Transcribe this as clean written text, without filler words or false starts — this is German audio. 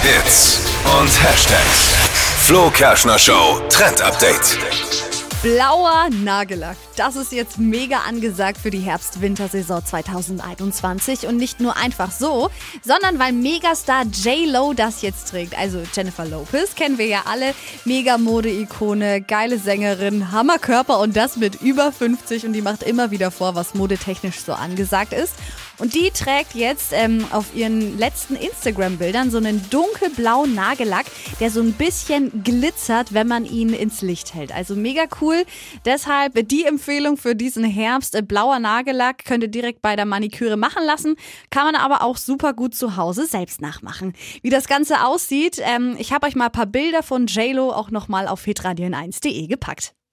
Hits und Hashtags. Flo Kerschner Show Trend Update. Blauer Nagellack, das ist jetzt mega angesagt für die Herbst-Wintersaison 2021 und nicht nur einfach so, sondern weil Megastar J.Lo das jetzt trägt. Also Jennifer Lopez kennen wir ja alle, mega Mode-Ikone, geile Sängerin, Hammerkörper und das mit über 50 und die macht immer wieder vor, was modetechnisch so angesagt ist. Und die trägt jetzt auf ihren letzten Instagram-Bildern so einen dunkelblauen Nagellack, der so ein bisschen glitzert, wenn man ihn ins Licht hält. Also mega cool. Deshalb die Empfehlung für diesen Herbst. Blauer Nagellack könnt ihr direkt bei der Maniküre machen lassen. Kann man aber auch super gut zu Hause selbst nachmachen. Wie das Ganze aussieht, ich habe euch mal ein paar Bilder von J.Lo auch nochmal auf hitradion1.de gepackt.